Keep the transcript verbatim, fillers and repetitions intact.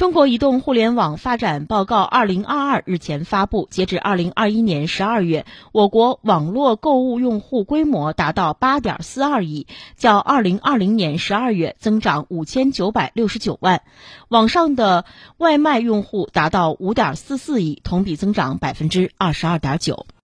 中国移动互联网发展报告二零二二日前发布，截至二零二一年十二月，我国网络购物用户规模达到 八点四二亿，较二零二零年十二月增长五千九百六十九万。网上的外卖用户达到 五点四四亿，同比增长 百分之二十二点九。